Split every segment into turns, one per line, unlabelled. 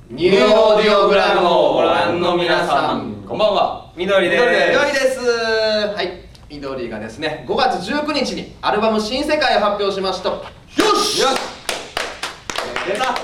ニューオーディオグラムをご覧の皆さん、こんばんは。
緑です。
緑です。はい、緑がですね、5月19日にアルバム新世界を発表しました。よし。出た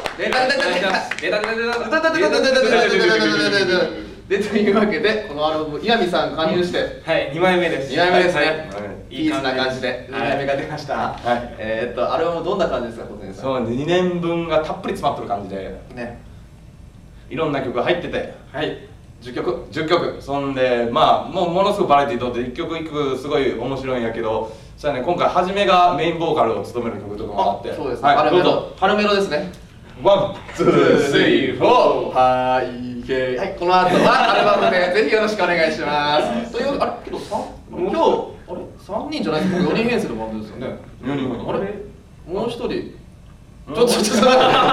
で、というわけで、このアルバム、岩見さん加入して、
はい、2枚目です。
2枚目ですね。
い
ピースな感じで2枚目が出ました。アルバムどんな感じですか、小泉さん。
そう、2年分がたっぷり詰まってる感じで
ね、
いろんな曲が入ってて、
はい、10曲。
そんで、まあ、ものすごくバラエティーとって一曲一曲すごい面白いんやけど、そうやね、今回初めがメインボーカルを務める曲とかもあって、
そうですね、春メロですね。
ワン、ツー、スリー、フォー。
はい、この後はアルバムでぜひよろしくお願いします。という、あれけど今日あれ3人じゃないですか。4人編成のバンドですよね。
4人
あれもう1人。ちょっとこれちょっ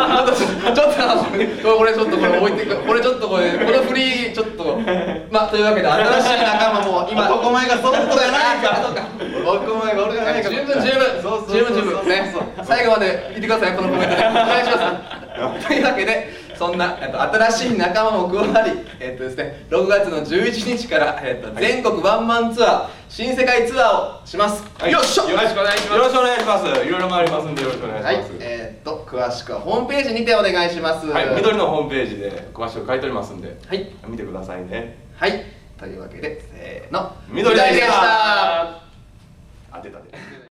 とこのフリーちょっとまあというわけで、新しい仲間も今
男前がそのことやないか。
男前が俺がないか。十分ね。最後まで聞いてください、このコメントでお願いします。というわけで、そんな新しい仲間も加わり、ですね、6月の11日から全国ワンマンツアー新世界ツアーをします。よっしょ。
よろしくお願いします。よろしくお願いします。いろいろ回りますんでよろしくお願いします。
詳しくはホームページにてお願いします。
はい、緑のホームページで詳しく書いておりますんで、
はい、
見てくださいね。
はい、というわけで、せーの、
緑でした。
あ、出た。